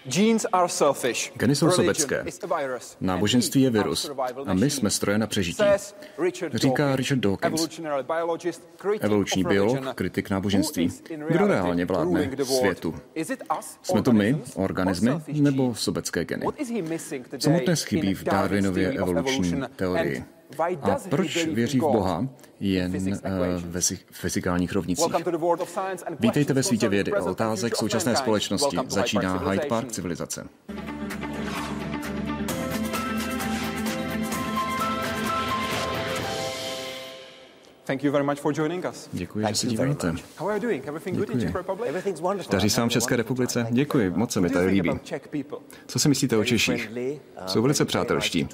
Geny jsou sobecké. Náboženství je virus a my jsme stroje na přežití, říká Richard Dawkins, evoluční biolog, kritik náboženství. Kdo reálně vládne světu? Jsme to my, organismy, nebo sobecké geny? Co mu dnes chybí v Darwinově evoluční teorii? A proč věří v Boha jen ve fyzikálních rovnicích? Vítejte ve světě vědy a otázek současné společnosti. Začíná Hyde Park civilizace. Thank you very much for joining us. Děkuji, že se díváte. How are you doing? Everything good in Czech Republic? Daří se vám v České republice? Děkuji, moc se mi tady líbí. Co si myslíte o Češích? Jsou velice přátelští.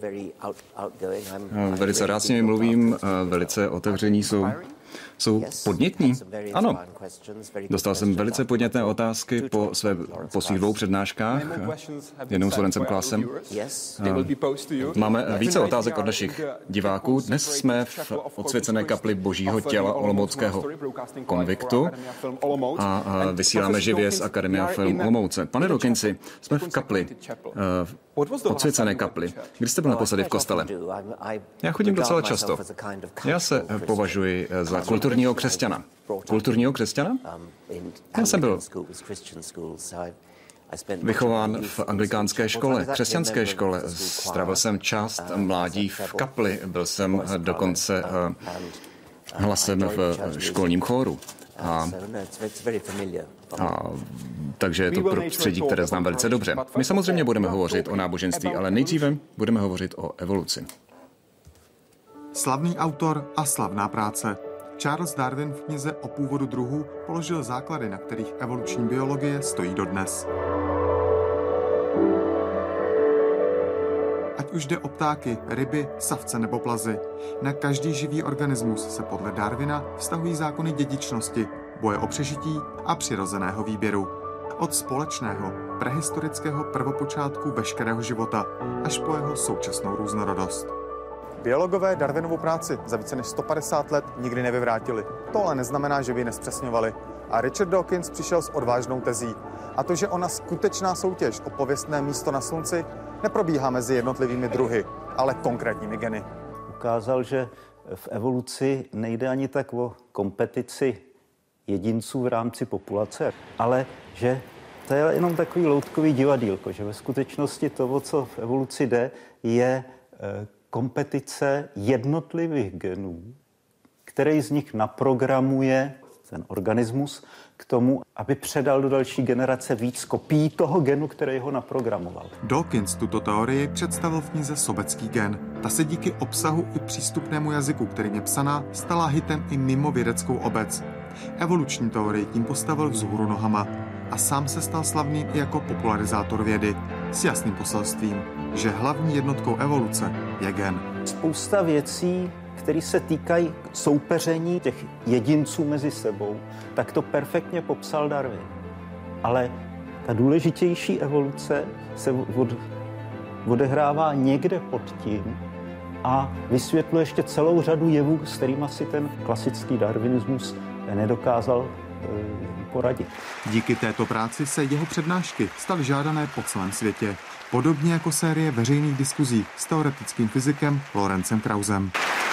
Velice rád s nimi mluvím, velice otevření jsou podnětní? Ano. Dostal jsem velice podnětné otázky po svých dvou přednáškách, jednou s Lorencem Klasem. Máme více otázek od našich diváků. Dnes jsme v odsvěcené kapli Božího těla Olomouckého konviktu a vysíláme živě z Akademia Film Olomouce. Pane Dawkinsi, jsme v kapli, odsvěcené kapli. Kdy jste byl naposledy v kostele? Já chodím docela často. Já se považuji za kulturního křesťana. Kulturního křesťana? Já jsem byl vychován v anglikánské škole, křesťanské škole. Strávil jsem část mládí v kapli. Byl jsem dokonce hlasem v školním chóru. Takže je to prostředí, které znám velice dobře. My samozřejmě budeme hovořit o náboženství, ale nejdříve budeme hovořit o evoluci. Slavný autor a slavná práce. Charles Darwin v knize o původu druhů položil základy, na kterých evoluční biologie stojí dodnes. Ať už jde o ptáky, ryby, savce nebo plazy, na každý živý organismus se podle Darwina vztahují zákony dědičnosti, boje o přežití a přirozeného výběru. Od společného, prehistorického prvopočátku veškerého života až po jeho současnou různorodost. Biologové Darwinovu práci za více než 150 let nikdy nevyvrátili. To ale neznamená, že by ji nespřesňovali. A Richard Dawkins přišel s odvážnou tezí. A to, že ona skutečná soutěž o pověstné místo na slunci neprobíhá mezi jednotlivými druhy, ale konkrétními geny. Ukázal, že v evoluci nejde ani tak o kompetici jedinců v rámci populace, ale že to je jenom takový loutkový divadýlko, že ve skutečnosti to, o co v evoluci jde, je kompetice jednotlivých genů, který z nich naprogramuje ten organismus k tomu, aby předal do další generace víc kopií toho genu, který ho naprogramoval. Dawkins tuto teorii představil v knize Sobecký gen. Ta se díky obsahu i přístupnému jazyku, kterým je psaná, stala hitem i mimo vědeckou obec. Evoluční teorii tím postavil vzhůru nohama a sám se stal slavným i jako popularizátor vědy s jasným poselstvím, že hlavní jednotkou evoluce je gen. Spousta věcí, které se týkají soupeření těch jedinců mezi sebou, tak to perfektně popsal Darwin. Ale ta důležitější evoluce se odehrává někde pod tím a vysvětluje ještě celou řadu jevů, s kterými si ten klasický darwinismus nedokázal poradit. Díky této práci se jeho přednášky staly žádané po celém světě. Podobně jako série veřejných diskuzí s teoretickým fyzikem Lorencem Krausem.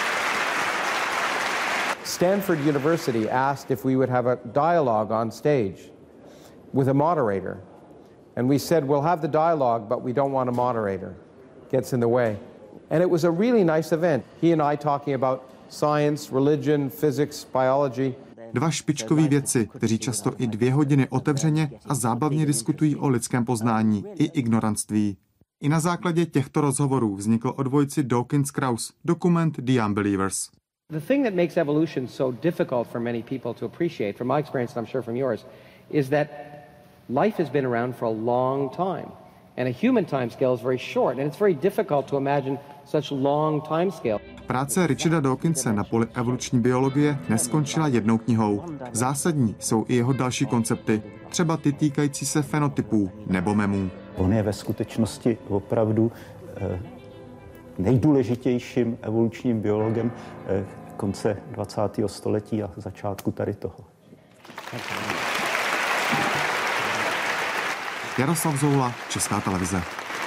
Stanford University asked if we would have a dialogue on stage with a moderator. And we said, we'll have the dialogue, but we don't want a moderator. Gets in the way. And it was a really nice event. He and I talking about science, religion, physics, biology. Dva špičkoví vědci, kteří často i 2 hodiny otevřeně a zábavně diskutují o lidském poznání i ignorantství. I na základě těchto rozhovorů vznikl o dvojici Dawkins-Kraus dokument The Unbelievers. The thing that makes evolution so difficult for many people to appreciate, from my experience and I'm sure from yours, is that life has been around for a long time. And a human time scale is very short, and it's very difficult to imagine such long time scale. Práce Richarda Dawkinse na poli evoluční biologie neskončila jednou knihou. Zásadní jsou i jeho další koncepty, třeba ty týkající se fenotypů nebo memů. On je ve skutečnosti opravdu nejdůležitějším evolučním biologem konce 20. století a začátku tady toho. Jaroslav Zoula, Česká televize.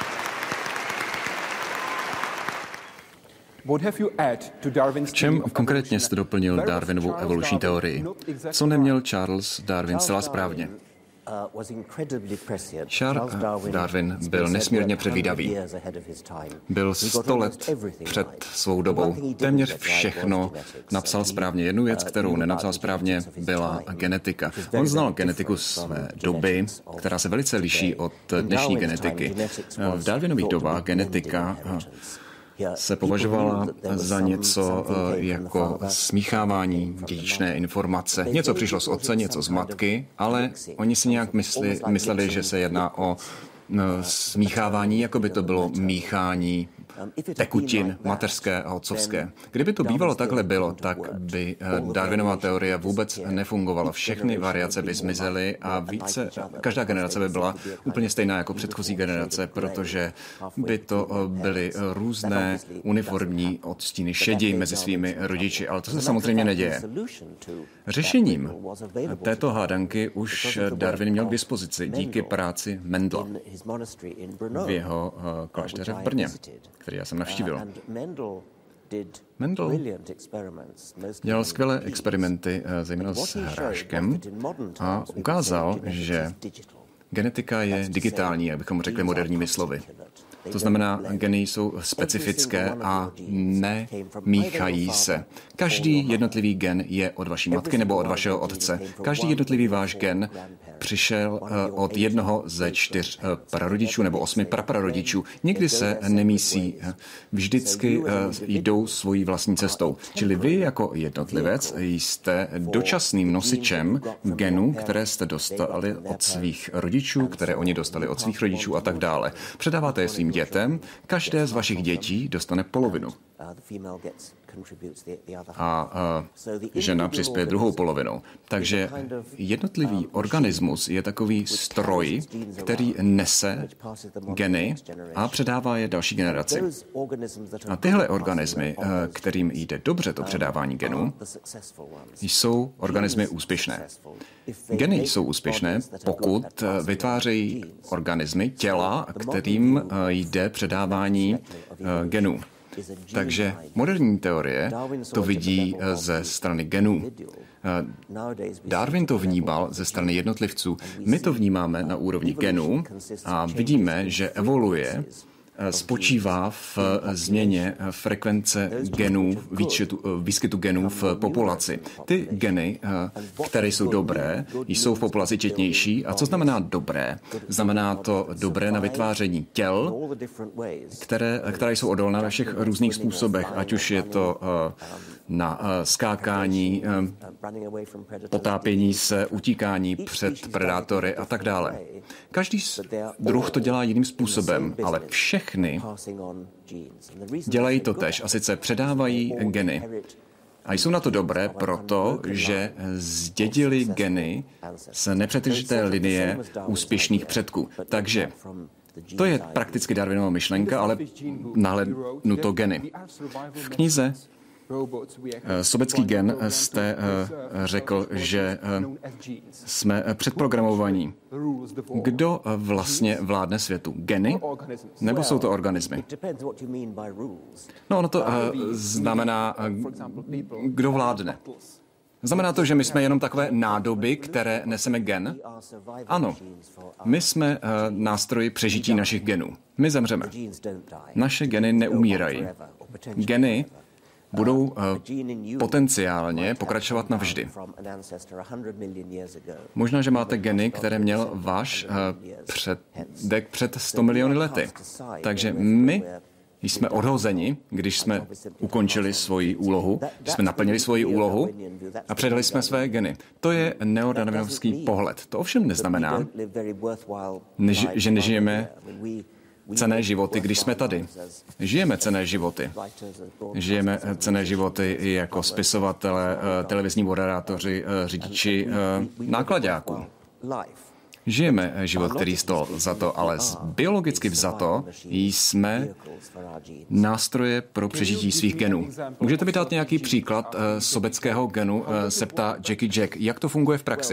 V čem konkrétně jste doplnil Darwinovu evoluční teorii? Co neměl Charles Darwin zcela správně? Charles Darwin byl nesmírně předvídavý. Byl 100 let před svou dobou. Téměř všechno napsal správně. Jednu věc, kterou nenapsal správně, byla genetika. On znal genetiku své doby, která se velice liší od dnešní genetiky. V Darwinových dobách genetika se považovala za něco jako smíchávání dědičné informace. Něco přišlo z otce, něco z matky, ale oni si nějak mysleli, že se jedná o smíchávání, jako by to bylo míchání tekutin mateřské a otcovské. Kdyby to bývalo takhle bylo, tak by Darwinova teorie vůbec nefungovala. Všechny variace by zmizely a každá generace by byla úplně stejná jako předchozí generace, protože by to byly různé uniformní odstíny šedi mezi svými rodiči, ale to se samozřejmě neděje. Řešením této hádanky už Darwin měl k dispozici díky práci Mendela v jeho klášteře v Brně, který já jsem navštívil. Mendel dělal skvělé experimenty, zejména s hráškem, a ukázal, že genetika je digitální, jak bychom řekli moderními slovy. To znamená, geny jsou specifické a nemíchají se. Každý jednotlivý gen je od vaší matky nebo od vašeho otce. Každý jednotlivý váš gen přišel od jednoho ze 4 prarodičů nebo 8 praprarodičů. Nikdy se nemísí, vždycky jdou svojí vlastní cestou. Čili vy jako jednotlivec jste dočasným nosičem genů, které jste dostali od svých rodičů, které oni dostali od svých rodičů a tak dále. Předáváte je svým dětem, každé z vašich dětí dostane polovinu. A žena přispěje druhou polovinou. Takže jednotlivý organismus je takový stroj, který nese geny a předává je další generaci. A tyhle organismy, kterým jde dobře to předávání genů, jsou organismy úspěšné. Geny jsou úspěšné, pokud vytvářejí organismy, těla, kterým jde předávání genů. Takže moderní teorie to vidí ze strany genů. Darwin to vnímal ze strany jednotlivců. My to vnímáme na úrovni genů a vidíme, že evoluje spočívá v změně frekvence genů, výskytu genů v populaci. Ty geny, které jsou dobré, jsou v populaci četnější. A co znamená dobré? Znamená to dobré na vytváření těl, které jsou odolné ve všech různých způsobech, ať už je to na skákání, potápění se, utíkání před predátory a tak dále. Každý druh to dělá jiným způsobem, ale všechny dělají to též, a sice předávají geny. A jsou na to dobré proto, že zdědili geny z nepřetržité linie úspěšných předků. Takže to je prakticky Darwinova myšlenka, ale nahlédnuto geny. V knize Sobecký gen jste řekl, že jsme předprogramovaní. Kdo vlastně vládne světu? Geny? Nebo jsou to organismy? No, ono to znamená, kdo vládne. Znamená to, že my jsme jenom takové nádoby, které neseme gen? Ano. My jsme nástroji přežití našich genů. My zemřeme. Naše geny neumírají. Geny budou potenciálně pokračovat navždy. Možná, že máte geny, které měl váš předek před 100 miliony lety. Takže my jsme odhozeni, když jsme ukončili svoji úlohu, když jsme naplnili svoji úlohu a předali jsme své geny. To je neodarwinovský pohled. To ovšem neznamená, že nežijeme cenné životy, když jsme tady. Žijeme cenné životy. Žijeme cenné životy i jako spisovatelé, televizní moderátoři, řidiči náklaďáků. Žijeme život, který stál za to, ale biologicky vzato jsme nástroje pro přežití svých genů. Můžete mi dát nějaký příklad sobeckého genu, se ptá Jackie Jack. Jak to funguje v praxi?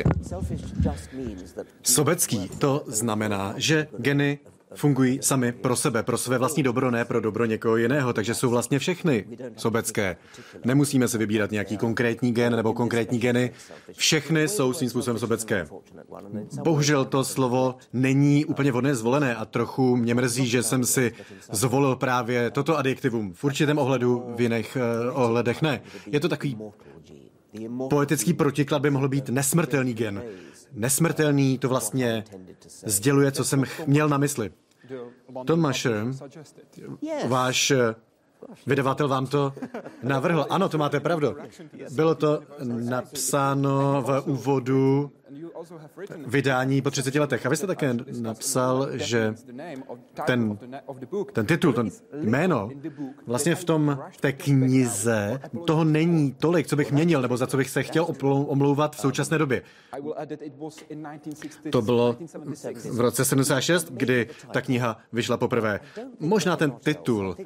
Sobecký to znamená, že geny fungují sami pro sebe, pro své vlastní dobro, ne pro dobro někoho jiného, takže jsou vlastně všechny sobecké. Nemusíme si vybírat nějaký konkrétní gen nebo konkrétní geny, všechny jsou svým způsobem sobecké. Bohužel to slovo není úplně vhodně zvolené a trochu mě mrzí, že jsem si zvolil právě toto adjektivum. V určitém ohledu, v jiných ohledech ne. Je to takový poetický protiklad, by mohl být nesmrtelný gen. Nesmrtelný to vlastně sděluje, co jsem měl na mysli. Tomáš, váš vydavatel vám to navrhl. Ano, to máte pravdu. Bylo to napsáno v úvodu vydání po 30 letech. A vy jste také napsal, že ten titul, to jméno, vlastně v té knize toho není tolik, co bych měnil, nebo za co bych se chtěl omlouvat v současné době. To bylo v roce 76, kdy ta kniha vyšla poprvé. Možná ten titul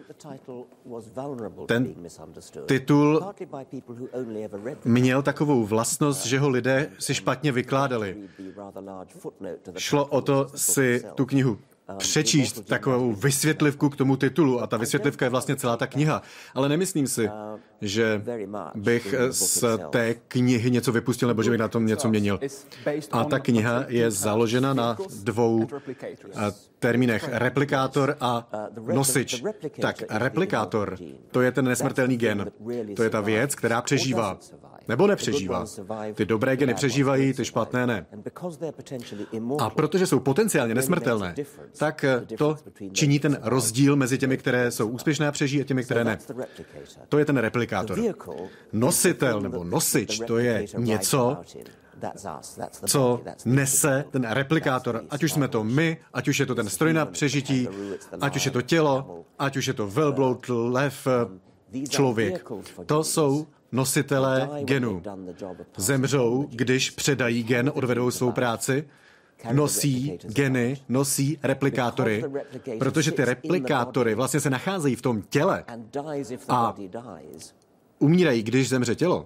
měl takovou vlastnost, že ho lidé si špatně vykládali. Šlo o to si tu knihu přečíst, takovou vysvětlivku k tomu titulu a ta vysvětlivka je vlastně celá ta kniha. Ale nemyslím si, že bych z té knihy něco vypustil nebo že bych na tom něco měnil. A ta kniha je založena na dvou termínech replikátor a nosič. Tak replikátor, to je ten nesmrtelný gen. To je ta věc, která přežívá. Nebo nepřežívá. Ty dobré geny přežívají, ty špatné ne. A protože jsou potenciálně nesmrtelné, tak to činí ten rozdíl mezi těmi, které jsou úspěšné a přežijí a těmi, které ne. To je ten replikátor. Nositel nebo nosič, to je něco, co nese ten replikátor, ať už jsme to my, ať už je to ten stroj na přežití, ať už je to tělo, ať už je to velbloud, lev, člověk. To jsou nositelé genů. Zemřou, když předají gen, odvedou svou práci, nosí geny, nosí replikátory, protože ty replikátory vlastně se nacházejí v tom těle a umírají, když zemře tělo.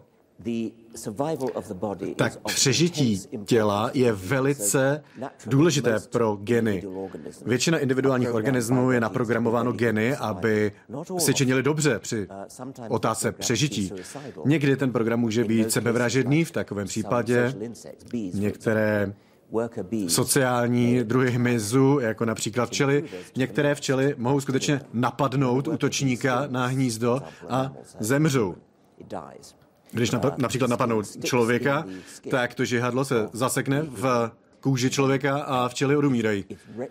Tak přežití těla je velice důležité pro geny. Většina individuálních organismů je naprogramováno geny, aby si činili dobře při otázce přežití. Někdy ten program může být sebevražedný, v takovém případě některé sociální druhy hmyzu, jako například včely. Některé včely mohou skutečně napadnout útočníka na hnízdo a zemřou. Když například napadnou člověka, tak to žihadlo se zasekne v kůži člověka a včely odumírají.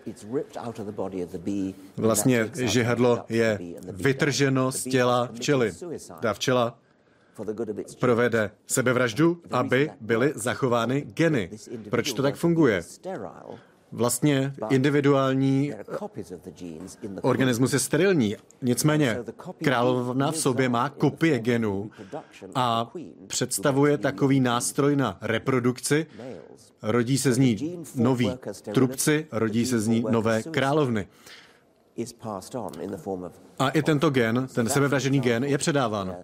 Vlastně žihadlo je vytrženo z těla včely. Ta včela provede sebevraždu, aby byly zachovány geny. Proč to tak funguje? Vlastně individuální organismus je sterilní. Nicméně královna v sobě má kopie genů a představuje takový nástroj na reprodukci. Rodí se z ní noví trubci, rodí se z ní nové královny. A i tento gen, ten sebevražený gen, je předáván.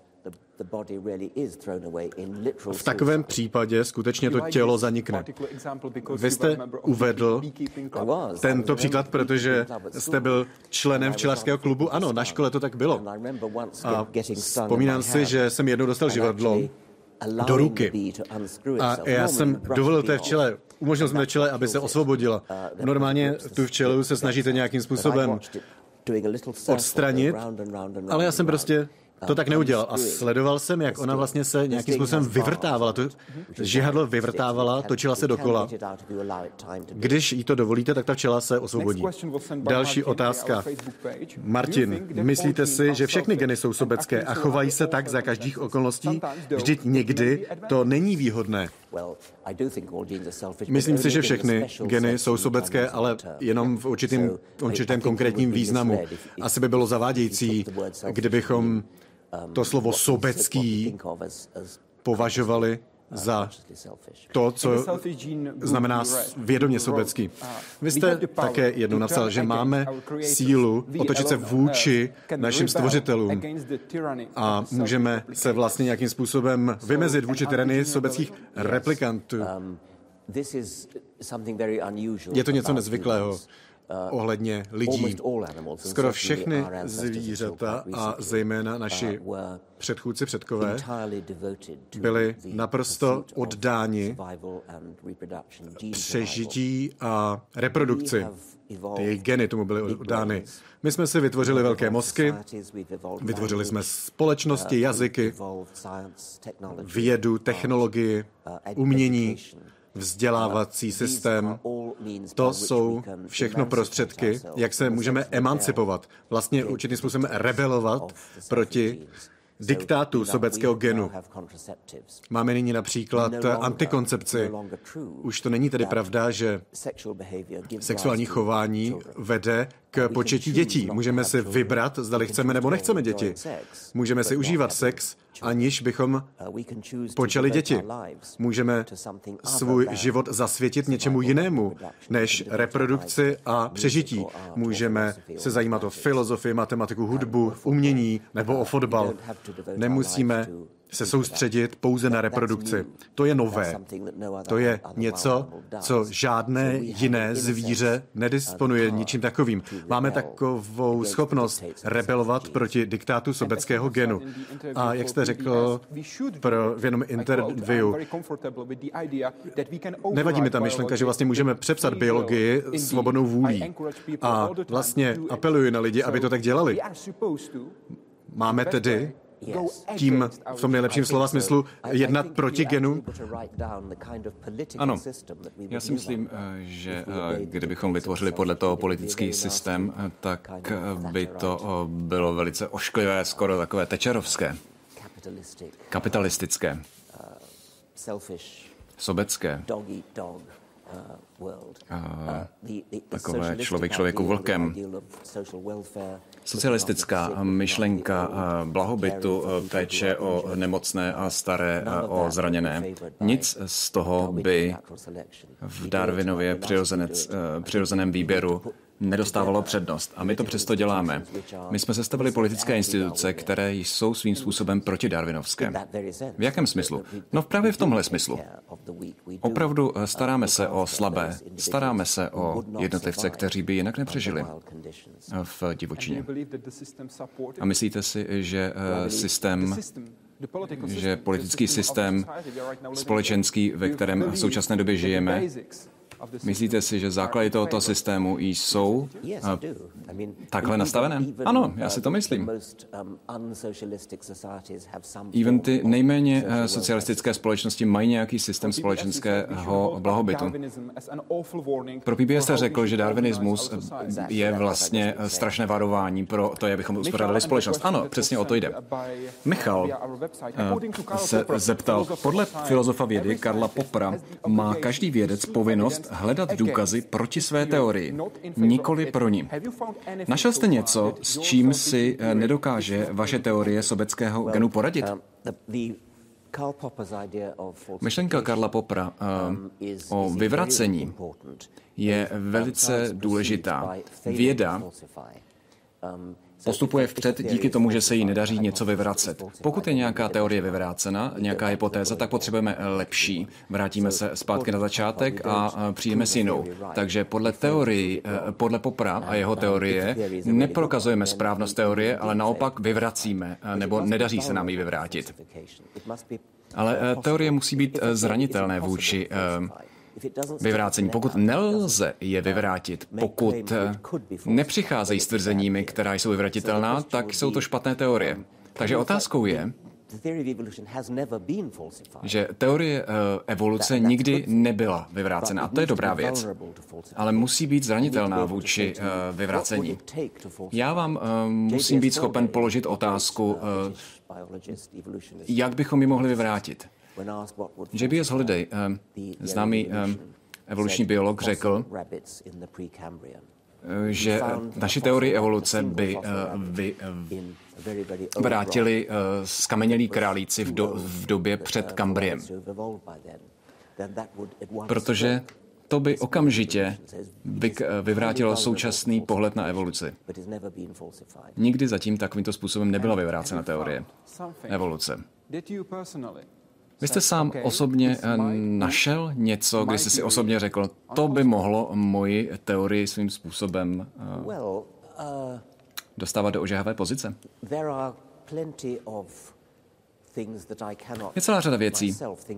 V takovém případě skutečně to tělo zanikne. Vy jste uvedl tento příklad, protože jste byl členem včelařského klubu. Ano, na škole to tak bylo. A vzpomínám si, že jsem jednou dostal živadlo do ruky. A já jsem dovolil té včele, umožnil jsem té včele, aby se osvobodila. Normálně tu včelu se snažíte nějakým způsobem odstranit, ale já jsem prostě to tak neudělal. A sledoval jsem, jak ona vlastně se nějakým způsobem vyvrtávala. To žihadlo vyvrtávala, točila se dokola. Když jí to dovolíte, tak ta včela se osvobodí. Další otázka. Martin, myslíte si, že všechny geny jsou sobecké a chovají se tak za každých okolností? Vždyť někdy to není výhodné. Myslím si, že všechny geny jsou sobecké, ale jenom v určitém konkrétním významu. Asi by bylo zavádějící, kdybychom to slovo sobecký považovali za to, co znamená vědomě sobecký. Vy jste také jednou napsal, že máme sílu otočit se vůči našim stvořitelům a můžeme se vlastně nějakým způsobem vymezit vůči tyranii sobeckých replikantů. Je to něco nezvyklého ohledně lidí. Skoro všechny zvířata a zejména naši předchůdci, předkové, byli naprosto oddáni přežití a reprodukci. Ty jejich geny tomu byly oddány. My jsme si vytvořili velké mozky, vytvořili jsme společnosti, jazyky, vědu, technologii, umění, vzdělávací systém. To jsou všechno prostředky, jak se můžeme emancipovat, vlastně určitým způsobem rebelovat proti diktátu sobeckého genu. Máme nyní například antikoncepci. Už to není tedy pravda, že sexuální chování vede k početí dětí. Můžeme si vybrat, zdali chceme nebo nechceme děti. Můžeme si užívat sex, aniž bychom počali děti. Můžeme svůj život zasvětit něčemu jinému, než reprodukci a přežití. Můžeme se zajímat o filozofii, matematiku, hudbu, umění nebo o fotbal. Nemusíme se soustředit pouze na reprodukci. To je nové. To je něco, co žádné jiné zvíře nedisponuje ničím takovým. Máme takovou schopnost rebelovat proti diktátu sobeckého genu. A jak jste řekl v jednom interview, nevadí mi ta myšlenka, že vlastně můžeme přepsat biologii svobodnou vůlí. A vlastně apeluji na lidi, aby to tak dělali. Máme tedy tím v tom nejlepším slova smyslu jednat proti genu? Ano, já si myslím, že kdybychom vytvořili podle toho politický systém, tak by to bylo velice ošklivé, skoro takové tečerovské, kapitalistické, sobecké. Takové člověk člověku vlkem. Socialistická myšlenka blahobytu, péče o nemocné a staré, o zraněné. Nic z toho by v Darwinově přirozeném výběru nedostávalo přednost. A my to přesto děláme. My jsme sestavili politické instituce, které jsou svým způsobem protidarwinovské. V jakém smyslu? No právě v tomhle smyslu. Opravdu staráme se o slabé, staráme se o jednotlivce, kteří by jinak nepřežili v divočině. A myslíte si, že politický systém společenský, ve kterém v současné době žijeme, myslíte si, že základy tohoto systému jsou takhle nastavené? Ano, já si to myslím. Even ty nejméně socialistické společnosti mají nějaký systém společenského blahobytu. Pro PBS jste řekl, že darwinismus je vlastně strašné varování pro to, abychom uspořádali společnost. Ano, přesně o to jde. Michal se zeptal, podle filozofa vědy Karla Poppera má každý vědec povinnost hledat důkazy proti své teorii, nikoli pro ní. Našel jste něco, s čím si nedokáže vaše teorie sobeckého genu poradit? Myšlenka Karla Poppera o vyvracení je velice důležitá. Věda postupuje vpřed díky tomu, že se jí nedaří něco vyvracet. Pokud je nějaká teorie vyvrácena, nějaká hypotéza, tak potřebujeme lepší. Vrátíme se zpátky na začátek a přijdeme s jinou. Takže podle Poppera a jeho teorie neprokazujeme správnost teorie, ale naopak vyvracíme, nebo nedaří se nám ji vyvrátit. Ale teorie musí být zranitelné vůči vyvrácení. Pokud nelze je vyvrátit, pokud nepřicházejí s tvrzeními, která jsou vyvratitelná, tak jsou to špatné teorie. Takže otázkou je, že teorie evoluce nikdy nebyla vyvrácena. A to je dobrá věc. Ale musí být zranitelná vůči vyvracení. Já vám musím být schopen položit otázku, jak bychom ji mohli vyvrátit. J.B.S. Holliday, známý evoluční biolog, řekl, že naši teorii evoluce by vrátili skamenělí králíci v době před Kambriem. Protože to by okamžitě vyvrátilo současný pohled na evoluci. Nikdy zatím takovýmto způsobem nebyla vyvrácena teorie evoluce. Vy jste sám osobně našel něco, kdy jste si osobně řekl, to by mohlo moji teorii svým způsobem dostávat do ožehavé pozice? Je celá řada věcí,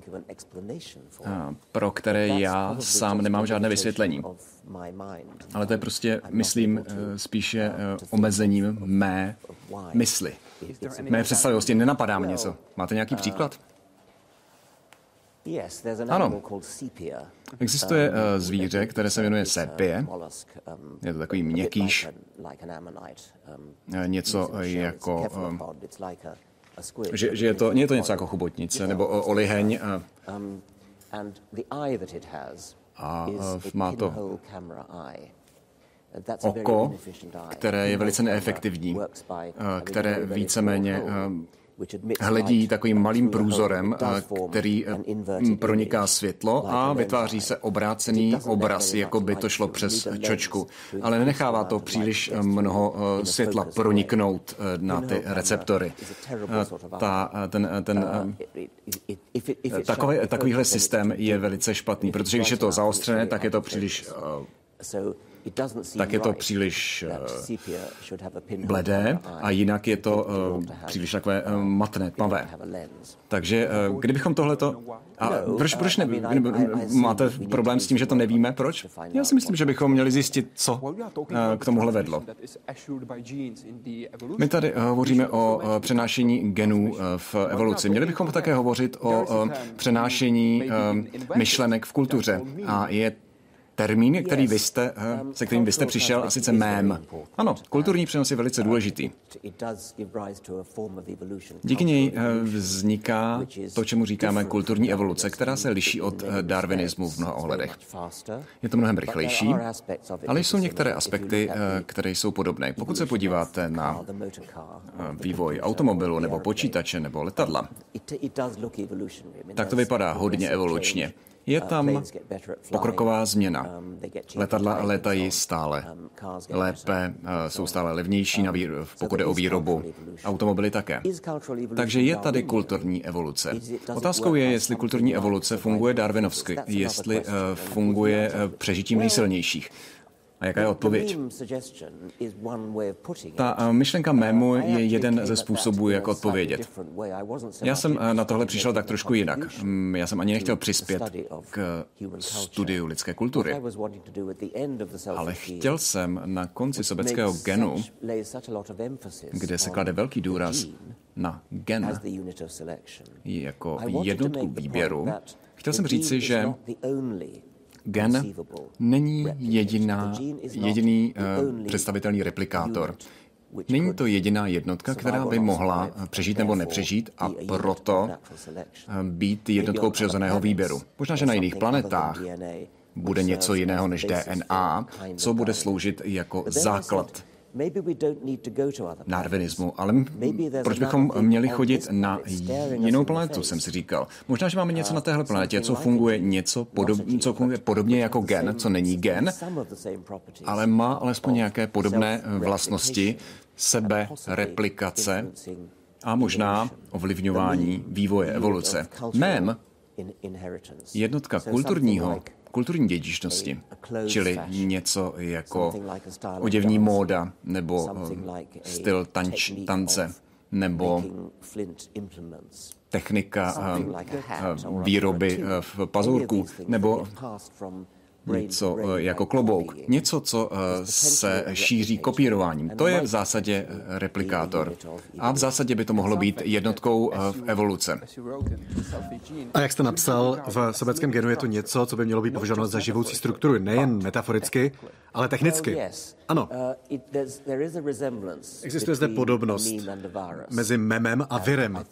pro které já sám nemám žádné vysvětlení. Ale to je prostě, myslím, spíše omezením mé mysli. Mé představivosti. Nenapadá mi něco. Máte nějaký příklad? Ano. Existuje zvíře, které se jmenuje sepie. Je to takový měkkýš. Něco jako... Že je to něco jako chobotnice nebo oliheň. A má to oko, které je velice neefektivní, které víceméně hledí takovým malým průzorem, který proniká světlo a vytváří se obrácený obraz, jako by to šlo přes čočku. Ale nenechává to příliš mnoho světla proniknout na ty receptory. Takovýhle systém je velice špatný, protože když je to zaostřené, tak je to příliš bledé a jinak je to příliš takové matné, tmavé. Takže kdybychom tohleto... A proč máte problém s tím, že to nevíme? Proč? Já si myslím, že bychom měli zjistit, co k tomuhle vedlo. My tady hovoříme o přenášení genů v evoluci. Měli bychom také hovořit o přenášení myšlenek v kultuře. A je termín, se kterým vy jste přišel, a sice mém. Ano, kulturní přenos je velice důležitý. Díky něj vzniká to, čemu říkáme kulturní evoluce, která se liší od darwinismu v mnoha ohledech. Je to mnohem rychlejší, ale jsou některé aspekty, které jsou podobné. Pokud se podíváte na vývoj automobilu nebo počítače nebo letadla, tak to vypadá hodně evolučně. Je tam pokroková změna. Letadla létají stále lépe, jsou stále levnější, pokud jde o výrobu. Automobily také. Takže je tady kulturní evoluce. Otázkou je, jestli kulturní evoluce funguje darwinovsky, jestli funguje přežitím nejsilnějších. A jaká je odpověď? Ta myšlenka mému je jeden ze způsobů, jak odpovědět. Já jsem na tohle přišel tak trošku jinak. Já jsem ani nechtěl přispět k studiu lidské kultury. Ale chtěl jsem na konci sobeckého genu, kde se klade velký důraz na gen jako jednotku výběru, chtěl jsem říci, že gen není jediný představitelný replikátor. Není to jediná jednotka, která by mohla přežít nebo nepřežít a proto být jednotkou přirozeného výběru. Možná, že na jiných planetách bude něco jiného než DNA, co bude sloužit jako základ darwinismu, ale proč bychom měli chodit na jinou planetu, jsem si říkal. Možná, že máme něco na téhle planetě, co funguje co funguje podobně jako gen, co není gen, ale má alespoň nějaké podobné vlastnosti, replikace a možná ovlivňování vývoje evoluce. Mém jednotka kulturní dědičnosti, čili něco jako oděvní móda, nebo styl tance, nebo technika výroby v pazurku, nebo něco jako klobouk. Něco, co se šíří kopírováním. To je v zásadě replikátor. A v zásadě by to mohlo být jednotkou v evoluce. A jak jste napsal, v sobeckém genu je to něco, co by mělo být považováno za živoucí strukturu, nejen metaforicky, ale technicky. Ano. Existuje zde podobnost mezi memem a virem.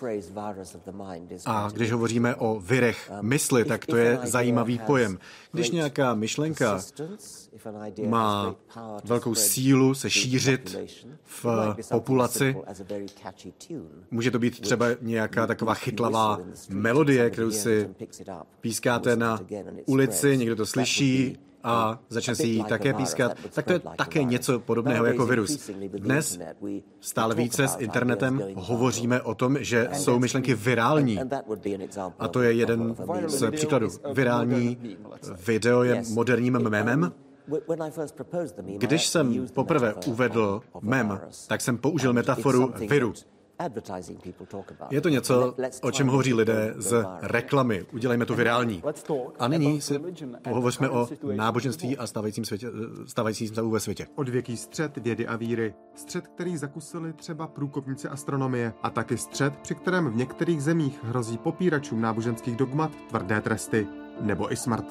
A když hovoříme o virech mysli, tak to je zajímavý pojem. Když nějaká myšlenka má velkou sílu se šířit v populaci, může to být třeba nějaká taková chytlavá melodie, kterou si pískáte na ulici, někdo to slyší a začne si ji také pískat, tak to je také něco podobného jako virus. Dnes stále více s internetem hovoříme o tom, že jsou myšlenky virální. A to je jeden z příkladů. Virální video je moderním memem. Když jsem poprvé uvedl mem, tak jsem použil metaforu viru. Je to něco, o čem hovoří lidé z reklamy. Udělejme to virální. A nyní si pohovořme o náboženství a stávajícím stavu ve světě. Odvěký střet vědy a víry. Střet, který zakusili třeba průkopníci astronomie. A taky střet, při kterém v některých zemích hrozí popíračům náboženských dogmat tvrdé tresty. Nebo i smrt.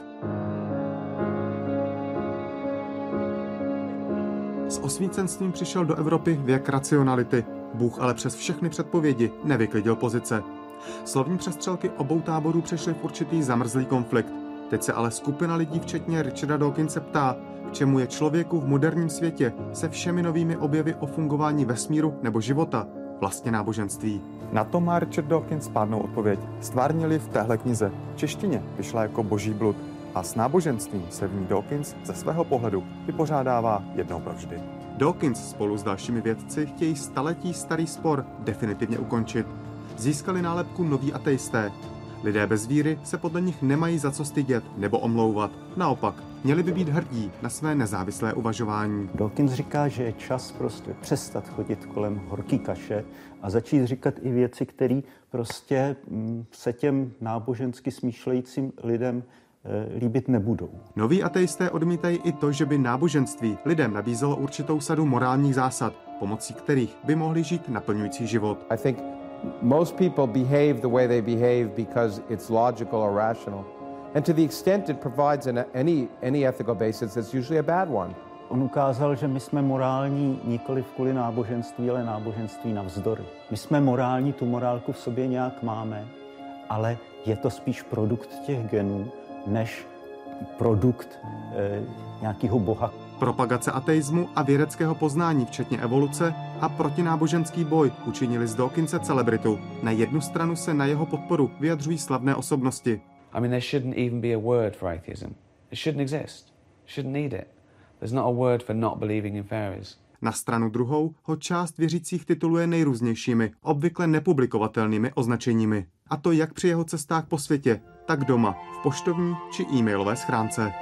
S osvícenstvím přišel do Evropy věk racionality. Bůh ale přes všechny předpovědi nevyklidil pozice. Slovní přestřelky obou táborů přešly v určitý zamrzlý konflikt. Teď se ale skupina lidí, včetně Richarda Dawkinse, ptá, k čemu je člověku v moderním světě se všemi novými objevy o fungování vesmíru nebo života vlastně náboženství. Na to má Richard Dawkins pádnou odpověď. Stvárnili v téhle knize. V češtině vyšla jako Boží blud. A s náboženstvím se v ní Dawkins ze svého pohledu vypořádává jednou provždy. Dawkins spolu s dalšími vědci chtějí staletí starý spor definitivně ukončit. Získali nálepku noví ateisté. Lidé bez víry se podle nich nemají za co stydět nebo omlouvat. Naopak, měli by být hrdí na své nezávislé uvažování. Dawkins říká, že je čas prostě přestat chodit kolem horký kaše a začít říkat i věci, které prostě se těm nábožensky smýšlejícím lidem líbit nebudou. Noví ateisté odmítají i to, že by náboženství lidem nabízelo určitou sadu morálních zásad, pomocí kterých by mohli žít naplňující život. I think most people behave the way they behave because it's logical or rational. And to the extent it provides any ethical basis, it's usually a bad one. On ukázal, že my jsme morální nikoli kvůli náboženství, ale náboženství navzdory. My jsme morální, tu morálku v sobě nějak máme, ale je to spíš produkt těch genů, než produkt nějakého boha. Propagace ateismu a vědeckého poznání, včetně evoluce, a protináboženský boj učinili z Dawkinse celebritu. Na jednu stranu se na jeho podporu vyjadřují slavné osobnosti. I mean, there shouldn't even be a word for atheism. It shouldn't exist. Shouldn't need it. There's not a word for not believing in fairies. Na stranu druhou ho část věřících tituluje nejrůznějšími, obvykle nepublikovatelnými označeními. A to jak při jeho cestách po světě, tak doma, v poštovní či e-mailové schránce.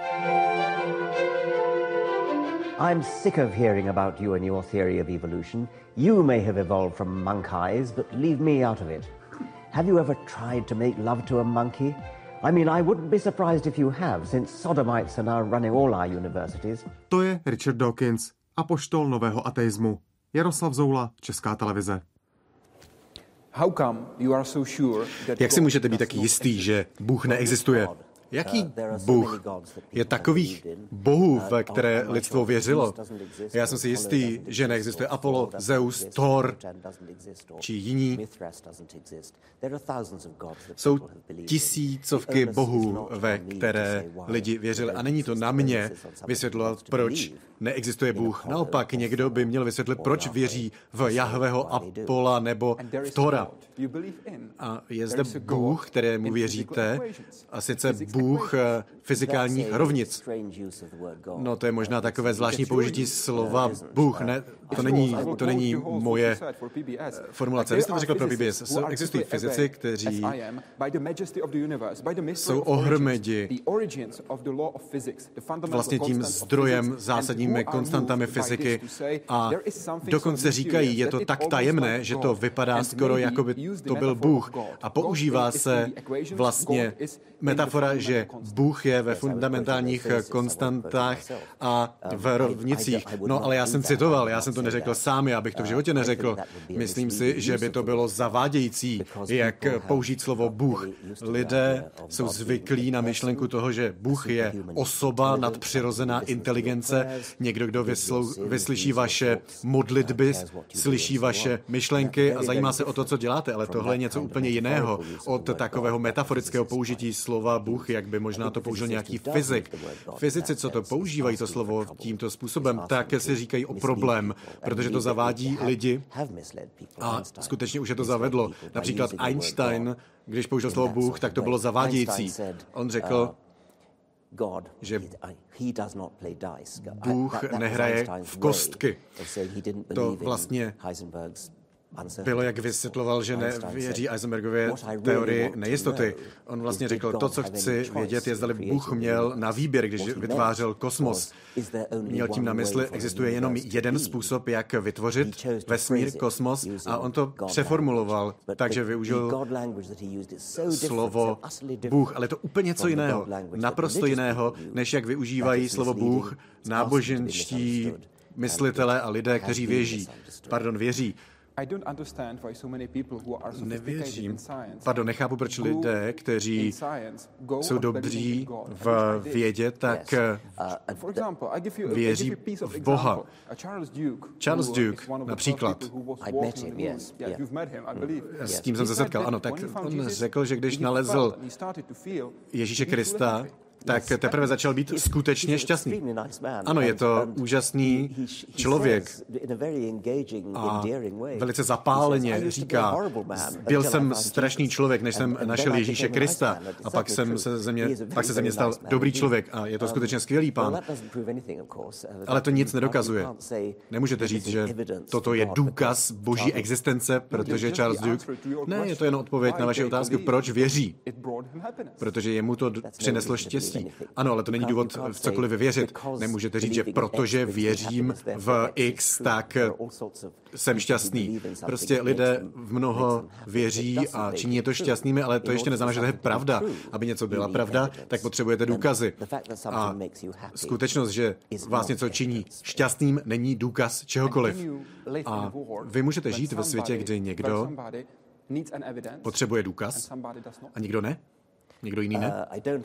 I'm sick of hearing about you and your theory of evolution. You may have evolved from monk eyes, but leave me out of it. Have you ever tried to make love to a monkey? I mean, I wouldn't be surprised if you have, since sodomites are now running all our universities. To je Richard Dawkins, apoštol nového ateismu. Jaroslav Zoula, Česká televize. Jak si můžete být taky jistý, že Bůh neexistuje? Jaký Bůh? Je takových bohů, ve které lidstvo věřilo. Já jsem si jistý, že neexistuje Apollo, Zeus, Thor či jiní. Jsou tisícovky bohů, ve které lidi věřili. A není to na mě vysvětlovat, proč neexistuje Bůh. Naopak, někdo by měl vysvětlit, proč věří v Jahveho, Apolla nebo v Thora. A je zde Bůh, kterému věříte, a sice Bůh fyzikálních rovnic. No, to je možná takové zvláštní použití slova Bůh, ne? To není moje formulace. Vy jste to řekl pro PBS. Existují fyzici, kteří jsou ohromedi vlastně tím zdrojem, zásadními konstantami fyziky a dokonce říkají, je to tak tajemné, že to vypadá skoro, jako by to byl Bůh. A používá se vlastně metafora, že Bůh je ve fundamentálních konstantách a v rovnicích. No, ale já jsem to neřekl sám, já bych to v životě neřekl. Myslím si, že by to bylo zavádějící, jak použít slovo Bůh. Lidé jsou zvyklí na myšlenku toho, že Bůh je osoba, nadpřirozená inteligence, někdo, kdo vyslyší vaše modlitby, slyší vaše myšlenky a zajímá se o to, co děláte, ale tohle je něco úplně jiného od takového metaforického použití slova Bůh, jak by možná to použil nějaký fyzik. Fyzici, co to používají to slovo tímto způsobem, tak si říkají o problém, protože to zavádí lidi a skutečně už je to zavedlo. Například Einstein, když použil slovo Bůh, tak to bylo zavádějící. On řekl, že Bůh nehraje v kostky. To vlastně bylo, jak vysvětloval, že nevěří Heisenbergově teorii nejistoty. On vlastně řekl, to, co chci vědět, je, zda Bůh měl na výběr, když vytvářel kosmos. Měl tím na mysli, existuje jenom jeden způsob, jak vytvořit vesmír, kosmos, a on to přeformuloval, takže využil slovo Bůh, ale to úplně něco jiného, naprosto jiného, než jak využívají slovo Bůh náboženští myslitelé a lidé, kteří věří. Nechápu, proč lidé, kteří jsou dobří v vědě, tak věří v Boha. Charles Duke například. S tím jsem se setkal, ano, tak on řekl, že když nalezl Ježíše Krista, tak teprve začal být skutečně šťastný. Ano, je to úžasný člověk a velice zapáleně říká, byl jsem strašný člověk, než jsem našel Ježíše Krista a pak se ze mě stal dobrý člověk a je to skutečně skvělý pán. Ale to nic nedokazuje. Nemůžete říct, že toto je důkaz boží existence, protože Charles Duke... Ne, je to jen odpověď na vaši otázku, proč věří. Protože jemu to přineslo štěstí. Ano, ale to není důvod v cokoliv věřit. Nemůžete říct, že protože věřím v X, tak jsem šťastný. Prostě lidé v mnoho věří a činí je to šťastnými, ale to ještě neznamená, že to je pravda. Aby něco byla pravda, tak potřebujete důkazy. A skutečnost, že vás něco činí šťastným, není důkaz čehokoliv. A vy můžete žít ve světě, kdy někdo potřebuje důkaz a někdo ne? Někdo jiný ne?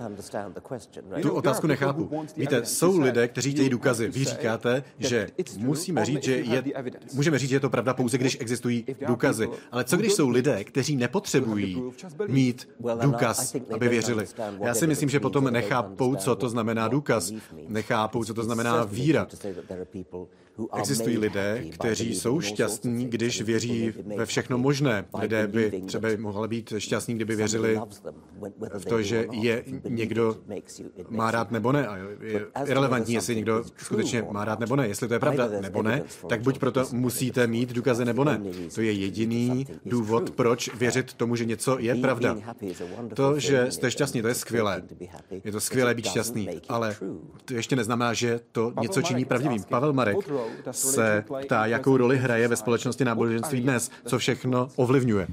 Tu otázku nechápu. Víte, jsou lidé, kteří chtějí důkazy. Vy říkáte, že můžeme říct, že je to pravda pouze, když existují důkazy. Ale co když jsou lidé, kteří nepotřebují mít důkaz, aby věřili? Já si myslím, že potom nechápou, co to znamená důkaz. Nechápou, co to znamená víra. Existují lidé, kteří jsou šťastní, když věří ve všechno možné. Lidé by třeba mohli být šťastní, kdyby věřili v to, že je někdo má rád nebo ne. A je irelevantní, jestli někdo skutečně má rád nebo ne. Jestli to je pravda nebo ne, tak buď proto musíte mít důkazy nebo ne. To je jediný důvod, proč věřit tomu, že něco je pravda. To, že jste šťastní, to je skvělé. Je to skvělé být šťastný, ale to ještě neznamená, že to něco činí pravdivým. Pavel Marek se ptá, jakou roli hraje ve společnosti náboženství dnes, co všechno ovlivňuje.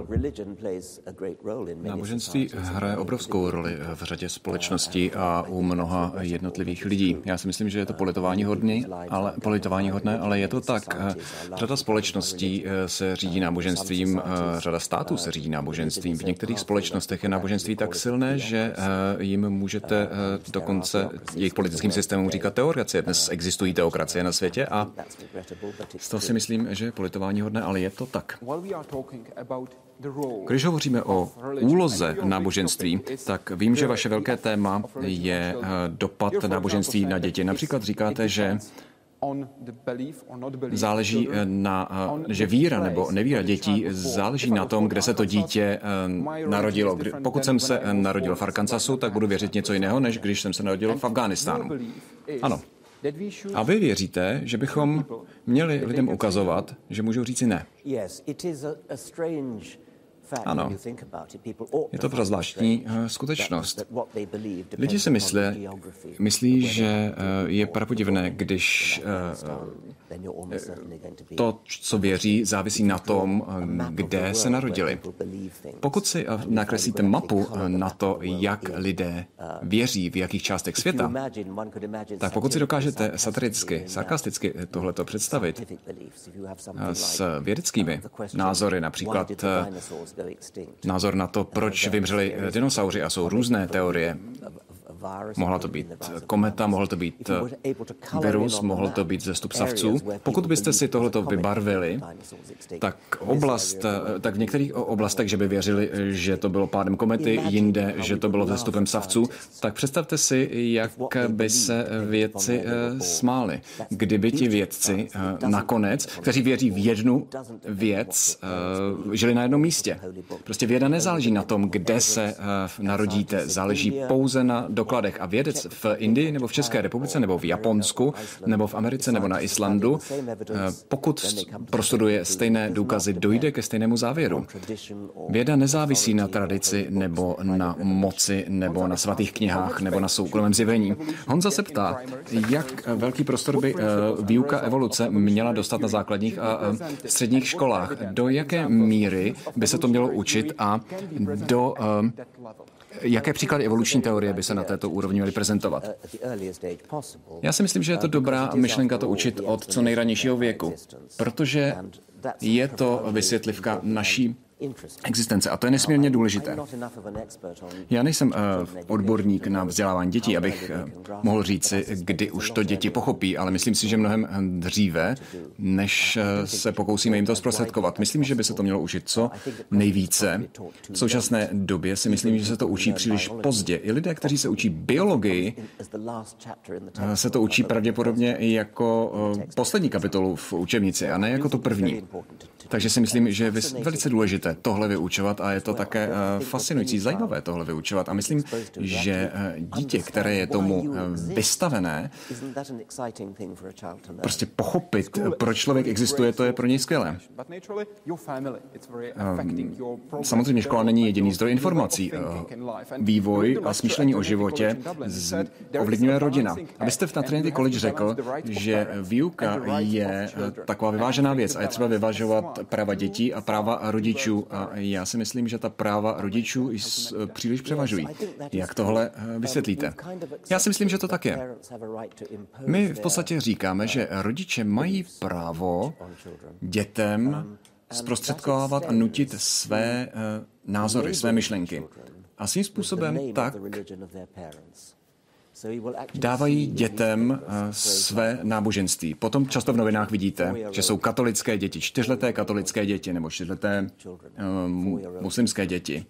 Náboženství hraje obrovskou roli v řadě společností a u mnoha jednotlivých lidí. Já si myslím, že je to politováníhodné, ale je to tak. Řada společností se řídí náboženstvím, řada států se řídí náboženstvím. V některých společnostech je náboženství tak silné, že jim můžete dokonce jejich politickým systémům říkat teokracie. Dnes existují teokracie na světě a z toho si myslím, že je politováníhodné, ale je to tak. Když hovoříme o úloze náboženství, tak vím, že vaše velké téma je dopad náboženství na děti. Například říkáte, že záleží že víra nebo nevíra dětí záleží na tom, kde se to dítě narodilo. Pokud jsem se narodil v Arkansasu, tak budu věřit něco jiného, než když jsem se narodil v Afghánistánu. Ano. A vy věříte, že bychom měli lidem ukazovat, že můžou říci ne. Ano, je to pro zvláštní skutečnost. Lidi si myslí, že je prapodivné, když to, co věří, závisí na tom, kde se narodili. Pokud si nakreslíte mapu na to, jak lidé věří v jakých částech světa, tak pokud si dokážete satiricky, sarkasticky tohleto představit s vědeckými názory, například názor na to, proč vymřeli dinosauři, a jsou různé teorie. Mohla to být kometa, mohl to být virus, mohl to být vzestup savců. Pokud byste si tohleto vybarvili, tak v některých oblastech, že by věřili, že to bylo pádem komety, jinde, že to bylo vzestupem savců, tak představte si, jak by se vědci smáli. Kdyby ti vědci nakonec, kteří věří v jednu věc, žili na jednom místě. Prostě věda nezáleží na tom, kde se narodíte, záleží pouze na dokladech. A vědec v Indii nebo v České republice nebo v Japonsku nebo v Americe nebo na Islandu, pokud prostuduje stejné důkazy, dojde ke stejnému závěru. Věda nezávisí na tradici nebo na moci nebo na svatých knihách nebo na soukromém zjevení. Honza se ptá, jak velký prostor by výuka evoluce měla dostat na základních a středních školách. Do jaké míry by se to mělo učit a jaké příklady evoluční teorie by se na této úrovni měly prezentovat? Já si myslím, že je to dobrá myšlenka to učit od co nejranějšího věku, protože je to vysvětlivka naší existence a to je nesmírně důležité. Já nejsem odborník na vzdělávání dětí, abych mohl říci, kdy už to děti pochopí, ale myslím si, že mnohem dříve, než se pokusíme jim to zprostředkovat. Myslím, že by se to mělo učit co nejvíce. V současné době si myslím, že se to učí příliš pozdě. I lidé, kteří se učí biologii, se to učí pravděpodobně jako poslední kapitolu v učebnici a ne jako tu první. Takže si myslím, že je velice důležité tohle vyučovat a je to také fascinující, zajímavé tohle vyučovat. A myslím, že dítě, které je tomu vystavené, prostě pochopit, proč člověk existuje, to je pro něj skvělé. Samozřejmě škola není jediný zdroj informací. Vývoj a smýšlení o životě ovlivňuje rodina. Abyste na Trinity College řekl, že výuka je taková vyvážená věc a je třeba vyvažovat práva dětí a práva rodičů. A já si myslím, že ta práva rodičů příliš převažují. Jak tohle vysvětlíte? Já si myslím, že to tak je. My v podstatě říkáme, že rodiče mají právo dětem zprostředkovávat a nutit své názory, své myšlenky. A svým způsobem tak dávají dětem své náboženství. Potom často v novinách vidíte, že jsou katolické děti, 4leté katolické děti nebo 4leté muslimské děti.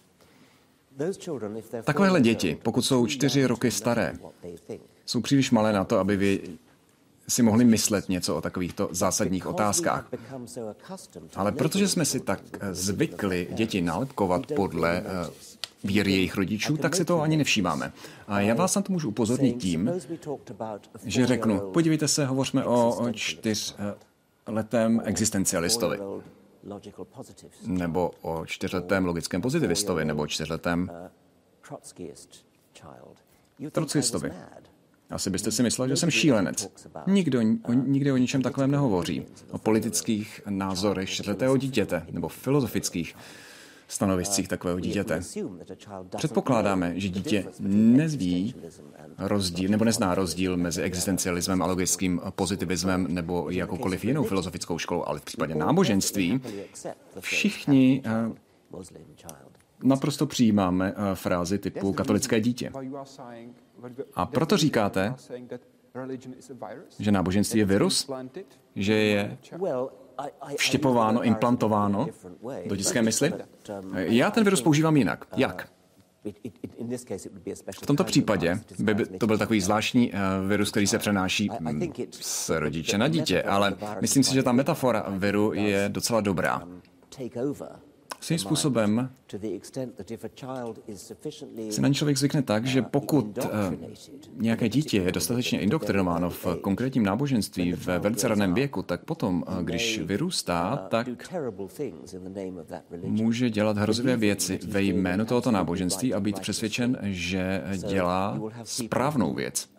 Takovéhle děti, pokud jsou 4 roky staré, jsou příliš malé na to, aby si mohli myslet něco o takovýchto zásadních otázkách. Ale protože jsme si tak zvykli děti nálepkovat podle víry jejich rodičů, tak si toho ani nevšímáme. A já vás na to můžu upozornit tím, že řeknu, podívejte se, hovořme o 4letém existencialistovi, nebo o 4letém logickém pozitivistovi, nebo o 4letém trotskistovi. Asi byste si myslel, že jsem šílenec. Nikdy o ničem takovém nehovoří. O politických názorech 4letého dítěte, nebo filozofických stanoviscích takového dítěte. Předpokládáme, že dítě nezví rozdíl, nebo nezná rozdíl mezi existencialismem a logickým pozitivismem nebo jakoukoliv jinou filozofickou školou, ale v případě náboženství všichni naprosto přijímáme frázi typu katolické dítě. A proto říkáte, že náboženství je virus? Že je vštěpováno, implantováno do dětské mysli? Já ten virus používám jinak. Jak? V tomto případě by to byl takový zvláštní virus, který se přenáší z rodiče na dítě, ale myslím si, že ta metafora viru je docela dobrá. Svým způsobem si na ně člověk zvykne tak, že pokud nějaké dítě je dostatečně indoktrinováno v konkrétním náboženství ve velice raném věku, tak potom, když vyrůstá, tak může dělat hrozivé věci ve jménu tohoto náboženství a být přesvědčen, že dělá správnou věc.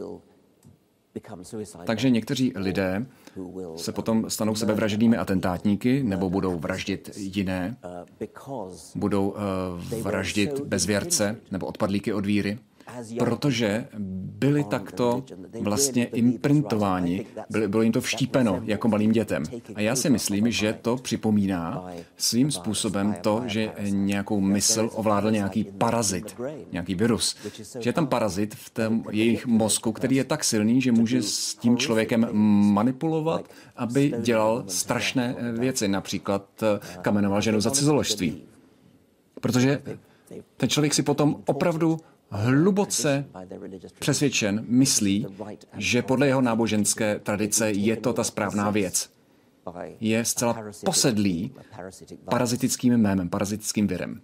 Takže někteří lidé se potom stanou sebevražednými atentátníky nebo budou vraždit jiné, budou vraždit bezvěrce nebo odpadlíky od víry, protože byli takto vlastně imprintováni, bylo jim to vštípeno jako malým dětem. A já si myslím, že to připomíná svým způsobem to, že nějakou mysl ovládl nějaký parazit, nějaký virus. Že je tam parazit v tom jejich mozku, který je tak silný, že může s tím člověkem manipulovat, aby dělal strašné věci. Například kamenoval ženu za cizoložství. Protože ten člověk si potom opravdu hluboce přesvědčen, myslí, že podle jeho náboženské tradice je to ta správná věc. Je zcela posedlý parazitickým mémem, parazitickým virem.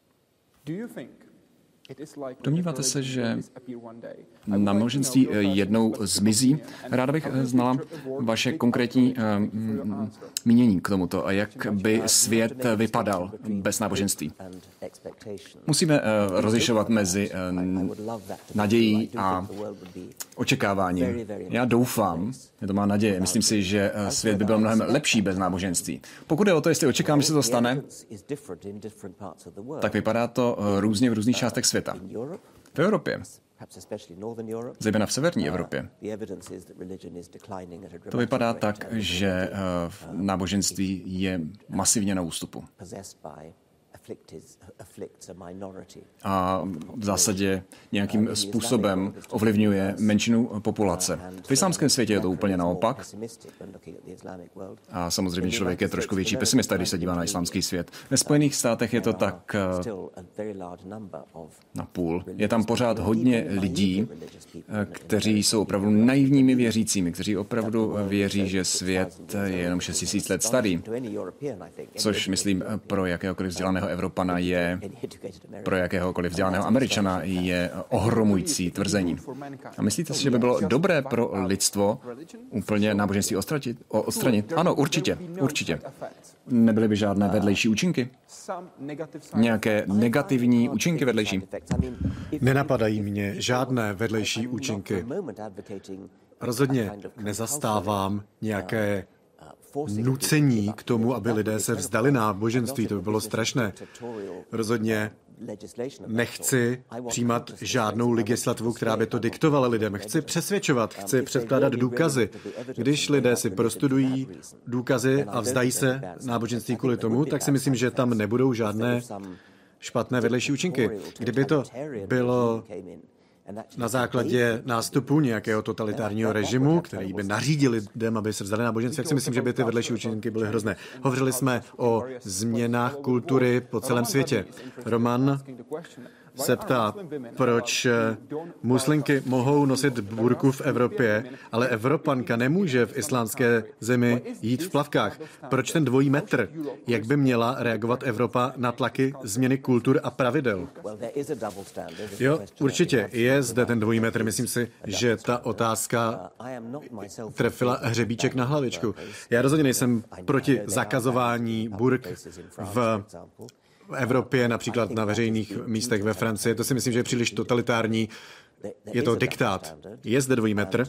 Domníváte se, že náboženství jednou zmizí? Ráda bych znala vaše konkrétní mínění k tomuto a jak by svět vypadal bez náboženství. Musíme rozlišovat mezi nadějí a očekáváním. Já doufám, je to má naděje, myslím si, že svět by byl mnohem lepší bez náboženství. Pokud je o to, jestli očekám, že se to stane, tak vypadá to různě v různých částech světa. V Evropě, zejména v severní Evropě, to vypadá tak, že náboženství je masivně na ústupu. A v zásadě nějakým způsobem ovlivňuje menšinu populace. V islámském světě je to úplně naopak. A samozřejmě člověk je trošku větší pesimista, když se dívá na islámský svět. Ve Spojených státech je to tak na půl. Je tam pořád hodně lidí, kteří jsou opravdu naivními věřícími, kteří opravdu věří, že svět je jenom 6 000 let starý. Což myslím pro jakéhokoliv vzdělaného Evropana je, pro jakéhokoliv vzdělaného Američana je ohromující tvrzení. A myslíte si, že by bylo dobré pro lidstvo úplně náboženství odstranit? Ano, určitě. Nebyly by žádné vedlejší účinky? Nějaké negativní účinky vedlejší? Nenapadají mě žádné vedlejší účinky. Rozhodně nezastávám nějaké nucení k tomu, aby lidé se vzdali náboženství. To by bylo strašné. Rozhodně nechci přijímat žádnou legislativu, která by to diktovala lidem. Chci přesvědčovat, chci předkládat důkazy. Když lidé si prostudují důkazy a vzdají se náboženství kvůli tomu, tak si myslím, že tam nebudou žádné špatné vedlejší účinky. Kdyby to bylo na základě nástupu nějakého totalitárního režimu, který by nařídil lidem, aby se vzdali náboženství, tak si myslím, že by ty vedlejší účinky byly hrozné. Hovořili jsme o změnách kultury po celém světě. Roman se ptá, proč muslimky mohou nosit burku v Evropě, ale Evropanka nemůže v islámské zemi jít v plavkách. Proč ten dvojí metr? Jak by měla reagovat Evropa na tlaky změny kultur a pravidel? Jo, určitě je zde ten dvojí metr. Myslím si, že ta otázka trefila hřebíček na hlavičku. Já rozhodně nejsem proti zakazování burk v Evropě, například na veřejných místech ve Francii. To si myslím, že je příliš totalitární. Je to diktát. Je zde dvojí metr.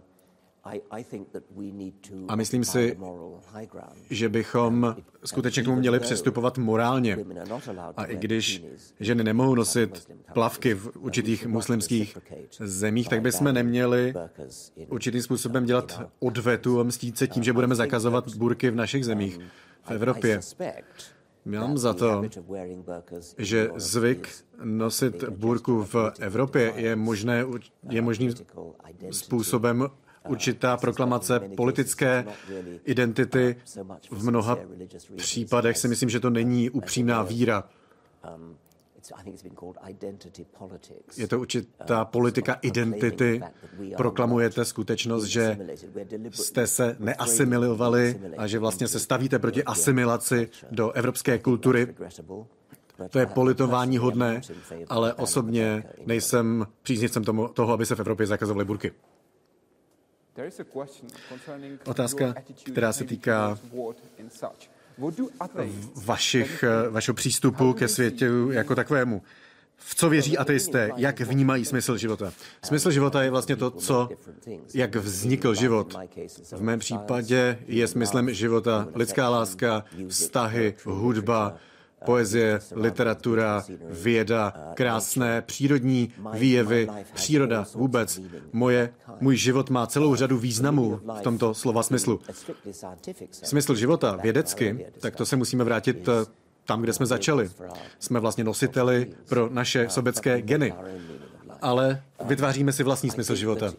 A myslím si, že bychom skutečně k tomu měli přistupovat morálně. A i když ženy nemohou nosit plavky v určitých muslimských zemích, tak bychom neměli určitým způsobem dělat odvetu a mstít se tím, že budeme zakazovat burky v našich zemích, v Evropě. Mám za to, že zvyk nosit burku v Evropě je možným způsobem určitá proklamace politické identity. V mnoha případech si myslím, že to není upřímná víra. Je to určitá politika identity. Proklamujete skutečnost, že jste se neasimilovali a že vlastně se stavíte proti asimilaci do evropské kultury. To je politování hodné, ale osobně nejsem příznivcem toho, aby se v Evropě zakazovaly burky. Otázka, která se týká vašeho přístupu ke světu jako takovému. V co věří ateisté? Jak vnímají smysl života? Smysl života je vlastně to, jak vznikl život. V mém případě je smyslem života lidská láska, vztahy, hudba, poezie, literatura, věda, krásné přírodní výjevy, příroda vůbec. Můj život má celou řadu významů v tomto slova smyslu. Smysl života vědecky, tak to se musíme vrátit tam, kde jsme začali. Jsme vlastně nositeli pro naše sobecké geny, ale vytváříme si vlastní smysl života.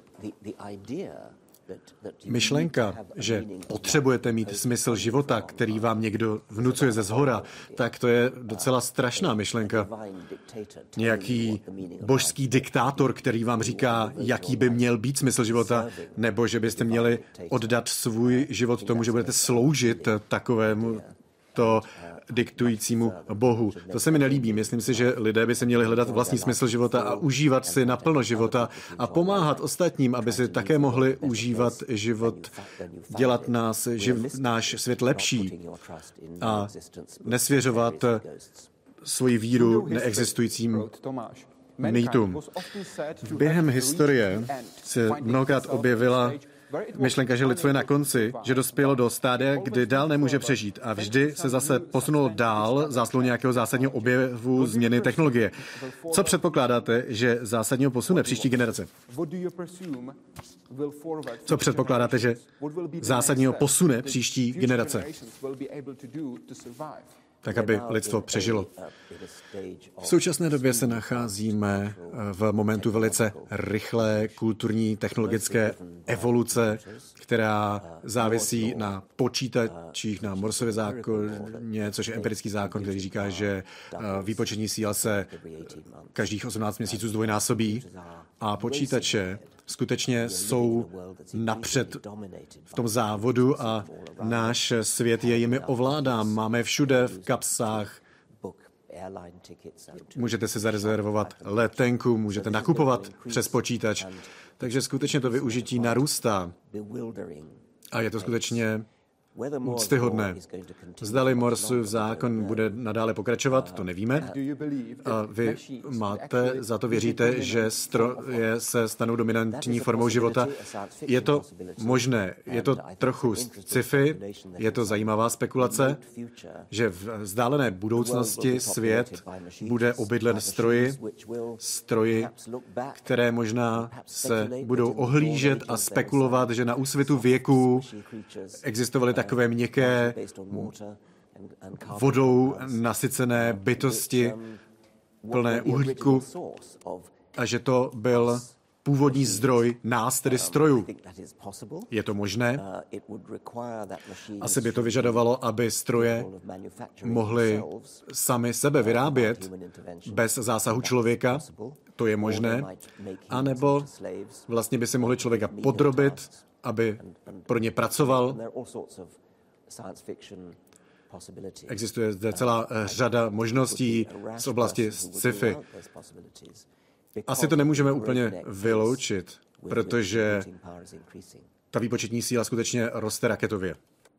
Myšlenka, že potřebujete mít smysl života, který vám někdo vnucuje ze zhora, tak to je docela strašná myšlenka. Nějaký božský diktátor, který vám říká, jaký by měl být smysl života, nebo že byste měli oddat svůj život tomu, že budete sloužit takovému to diktujícímu Bohu. To se mi nelíbí. Myslím si, že lidé by se měli hledat vlastní smysl života a užívat si naplno života a pomáhat ostatním, aby si také mohli užívat život, dělat náš svět lepší a nesvěřovat svoji víru neexistujícím mýtům. Během historie se mnohokrát objevila myšlenka, že lidstvo je na konci, že dospělo do stádia, kdy dál nemůže přežít a vždy se zase posunulo dál zásluhou nějakého zásadního objevu změny technologie. Co předpokládáte, že zásadního posune příští generace? Co předpokládáte, že zásadního posune příští generace? Tak, aby lidstvo přežilo. V současné době se nacházíme v momentu velice rychlé kulturní technologické evoluce, která závisí na počítačích, na Morsově zákoně, což je empirický zákon, který říká, že výpočetní síla se každých 18 měsíců zdvojnásobí a počítače skutečně jsou napřed v tom závodu a náš svět je jimi ovládán. Máme všude v kapsách. Můžete si zarezervovat letenku, můžete nakupovat přes počítač. Takže skutečně to využití narůstá. A je to skutečně úctyhodné. Zdali Morsův zákon bude nadále pokračovat, to nevíme. A vy věříte, že stroje se stanou dominantní formou života? Je to možné. Je to trochu sci-fi, je to zajímavá spekulace, že v vzdálené budoucnosti svět bude obydlen stroji, které možná se budou ohlížet a spekulovat, že na úsvitu věků existovaly takové měkké vodou nasycené bytosti plné uhlíku a že to byl původní zdroj nás, tedy strojů. Je to možné? Asi by to vyžadovalo, aby stroje mohly sami sebe vyrábět bez zásahu člověka. To je možné. A nebo vlastně by si mohli člověka podrobit, aby pro ně pracoval. Existuje zde celá řada možností z oblasti sci-fi. Asi to nemůžeme úplně vyloučit, protože ta výpočetní síla skutečně roste raketově.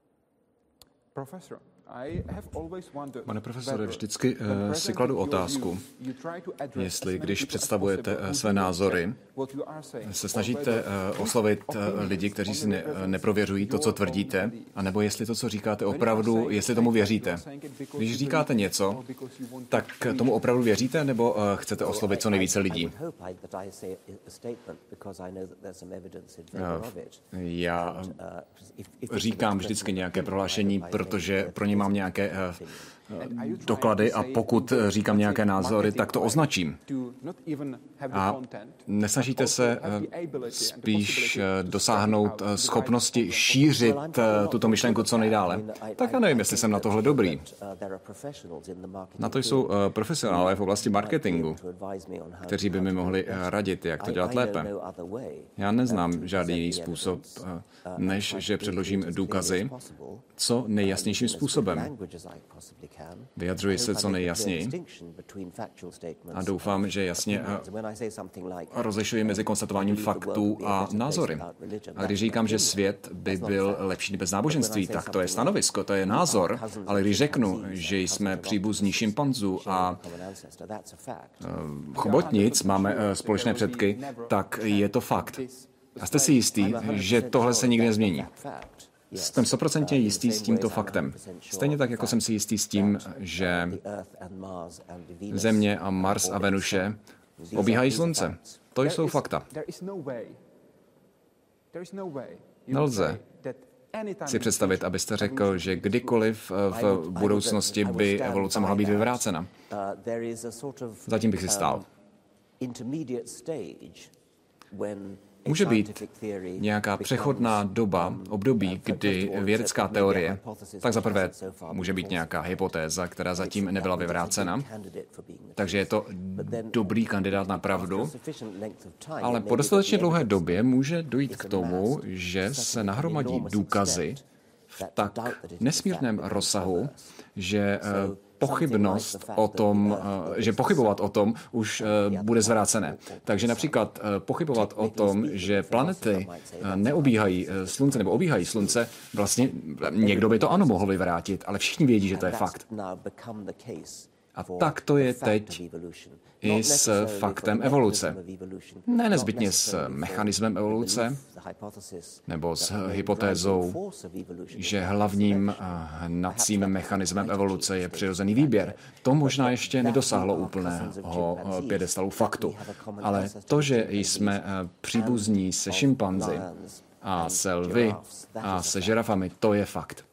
Pane profesore, vždycky si kladu otázku, jestli když představujete své názory, se snažíte oslovit lidi, kteří si neprověřují to, co tvrdíte, anebo jestli to, co říkáte, opravdu, jestli tomu věříte. Když říkáte něco, tak tomu opravdu věříte, nebo chcete oslovit co nejvíce lidí? Já říkám vždycky nějaké prohlášení, protože pro ně mám nějaké doklady a pokud říkám nějaké názory, tak to označím. A nesnažíte se spíš dosáhnout schopnosti šířit tuto myšlenku co nejdále? Tak já nevím, jestli jsem na tohle dobrý. Na to jsou profesionálové v oblasti marketingu, kteří by mi mohli radit, jak to dělat lépe. Já neznám žádný jiný způsob, než že předložím důkazy co nejjasnějším způsobem. Vyjadřuji se co nejjasněji a doufám, že jasně rozlišuji mezi konstatováním faktů a názory. A když říkám, že svět by byl lepší bez náboženství, tak to je stanovisko, to je názor, ale když řeknu, že jsme příbuzní šimpanzů a chobotnic, máme společné předky, tak je to fakt. A jste si jistý, že tohle se nikdy nezmění? Jsem 100% jistý s tímto faktem. Stejně tak, jako jsem si jistý s tím, že Země a Mars a Venuše obíhají Slunce. To jsou fakta. Nelze si představit, abyste řekl, že kdykoliv v budoucnosti by evoluce mohla být vyvrácena. Zatím bych si stál. Může být nějaká přechodná doba, období, kdy vědecká teorie, tak zaprvé může být nějaká hypotéza, která zatím nebyla vyvrácena, takže je to dobrý kandidát na pravdu, ale po dostatečně dlouhé době může dojít k tomu, že se nahromadí důkazy v tak nesmírném rozsahu, že pochybnost o tom, že pochybovat o tom už bude zvrácené. Takže například pochybovat o tom, že planety neobíhají Slunce nebo obíhají Slunce, vlastně někdo by to ano mohl vyvrátit, ale všichni vědí, že to je fakt. A tak to je teď i s faktem evoluce. Ne nezbytně s mechanismem evoluce, nebo s hypotézou, že hlavním hnacím mechanismem evoluce je přirozený výběr. To možná ještě nedosáhlo úplného piedestalu faktu. Ale to, že jsme příbuzní se šimpanzi a se lvy a se žirafami, to je fakt.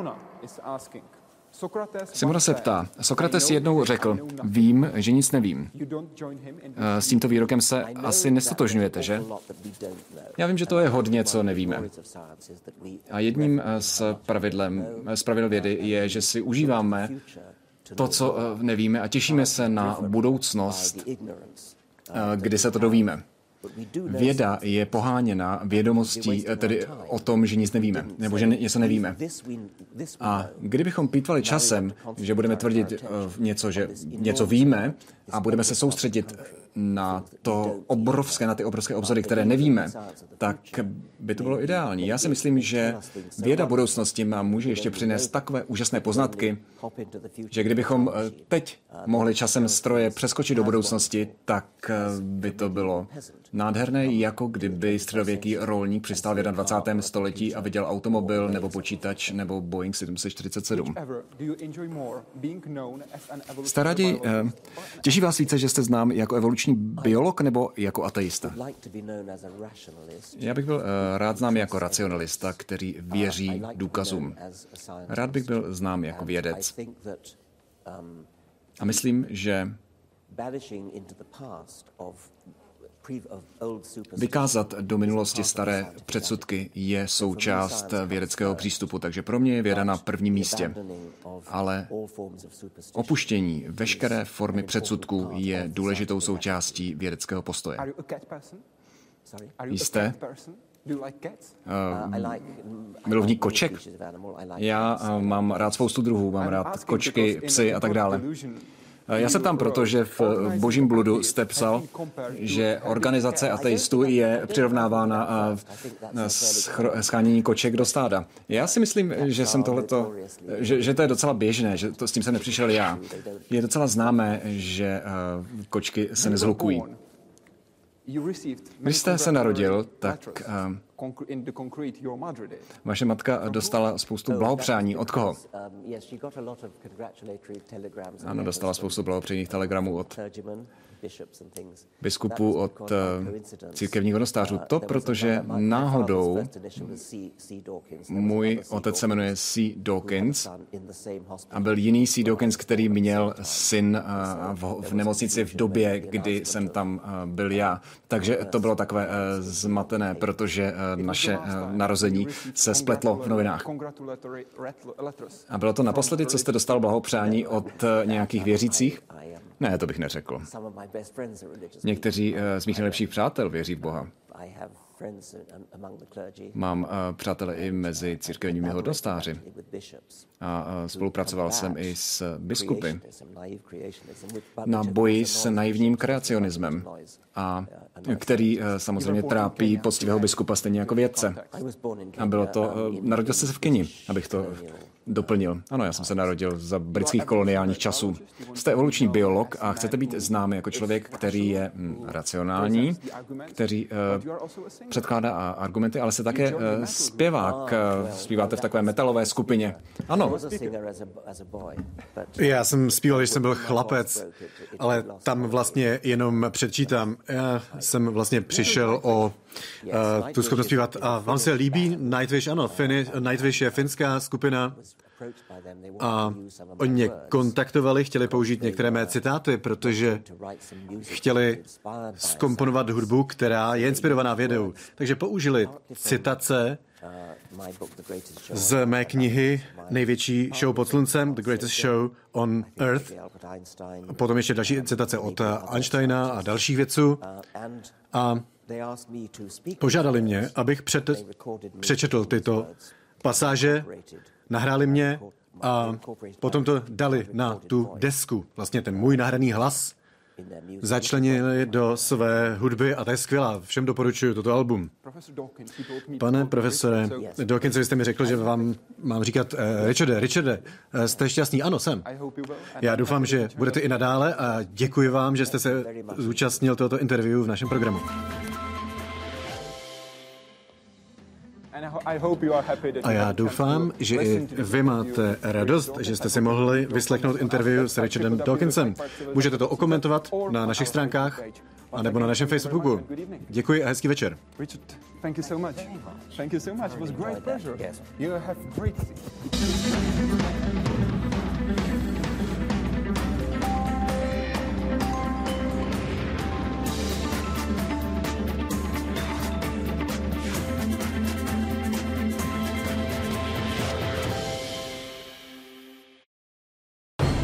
Simona se ptá, Sokrates jednou řekl, vím, že nic nevím. S tímto výrokem se asi nestotožňujete, že? Já vím, že to je hodně, co nevíme. A jedním z pravidel vědy je, že si užíváme to, co nevíme a těšíme se na budoucnost, kdy se to dovíme. Věda je poháněna vědomostí, tedy o tom, že nic nevíme, nebo že něco nevíme. A kdybychom plýtvali časem, že budeme tvrdit něco, že něco víme a budeme se soustředit na ty obrovské obzory, které nevíme, tak by to bylo ideální. Já si myslím, že věda budoucnosti nám může ještě přinést takové úžasné poznatky, že kdybychom teď mohli časem stroje přeskočit do budoucnosti, tak by to bylo nádherné, jako kdyby středověký rolník přistál v 21. století a viděl automobil nebo počítač nebo Boeing 747. Jste rádi, těší vás více, že jste znám jako evoluční biolog nebo jako ateista? Já bych byl rád znám jako racionalista, který věří důkazům. Rád bych byl znám jako vědec. A myslím, že vykázat do minulosti staré předsudky je součást vědeckého přístupu, takže pro mě je věda na prvním místě. Ale opuštění veškeré formy předsudků je důležitou součástí vědeckého postoje. Jste milovník koček? Já mám rád spoustu druhů, mám rád kočky, psy a tak dále. Já se ptám, protože v Božím bludu jste psal, že organizace ateistů je přirovnávána shánění koček do stáda. Já si myslím, že jsem že to je docela běžné, že to s tím jsem nepřišel já. Je docela známé, že kočky se nezhlukují. Když jste se narodil, tak vaše matka dostala spoustu blahopřání. Od koho? Ano, dostala spoustu blahopřejných telegramů od biskupů od církevních hodnostářů. To, protože náhodou můj otec se jmenuje C. Dawkins a byl jiný C. Dawkins, který měl syn v nemocnici v době, kdy jsem tam byl já. Takže to bylo takové zmatené, protože naše narození se spletlo v novinách. A bylo to naposledy, co jste dostal blahopřání od nějakých věřících? Ne, to bych neřekl. Někteří z mých nejlepších přátel věří v Boha. Mám přátele i mezi církevními hodnostáři a spolupracoval jsem i s biskupy na boji s naivním kreacionismem, a který samozřejmě trápí poctivého biskupa stejně jako vědce. A bylo to, narodil jste se v Keni, abych to doplnil. Ano, já jsem se narodil za britských koloniálních časů. Jste evoluční biolog a chcete být známý jako člověk, který je racionální, který předkládá argumenty, ale jste také zpěvák. Zpíváte v takové metalové skupině. Ano. Já jsem zpíval, když jsem byl chlapec, ale tam vlastně jenom předčítám. Já jsem vlastně přišel o tu schopnost zpívat. A vám se líbí Nightwish? Ano, Nightwish je finská skupina a oni mě kontaktovali, chtěli použít některé mé citáty, protože chtěli zkomponovat hudbu, která je inspirovaná vědou. Takže použili citace z mé knihy Největší show pod sluncem, The Greatest Show on Earth. Potom ještě další citace od Einsteina a dalších vědců. A požádali mě, abych přečetl tyto pasáže, nahráli mě a potom to dali na tu desku. Vlastně ten můj nahraný hlas začlenili do své hudby a to je skvělá. Všem doporučuji toto album. Pane profesore Dawkins, vy jste mi řekl, že vám mám říkat Richarde, jste šťastný? Ano, jsem. Já doufám, že budete i nadále a děkuji vám, že jste se zúčastnil tohoto interview v našem programu. A já doufám, že i vy máte radost, že jste si mohli vyslechnout interview s Richardem Dawkinsem. Můžete to okomentovat na našich stránkách anebo na našem Facebooku. Děkuji a hezký večer. Richard, thank you so much. Thank you so much. It was a great pleasure. You have great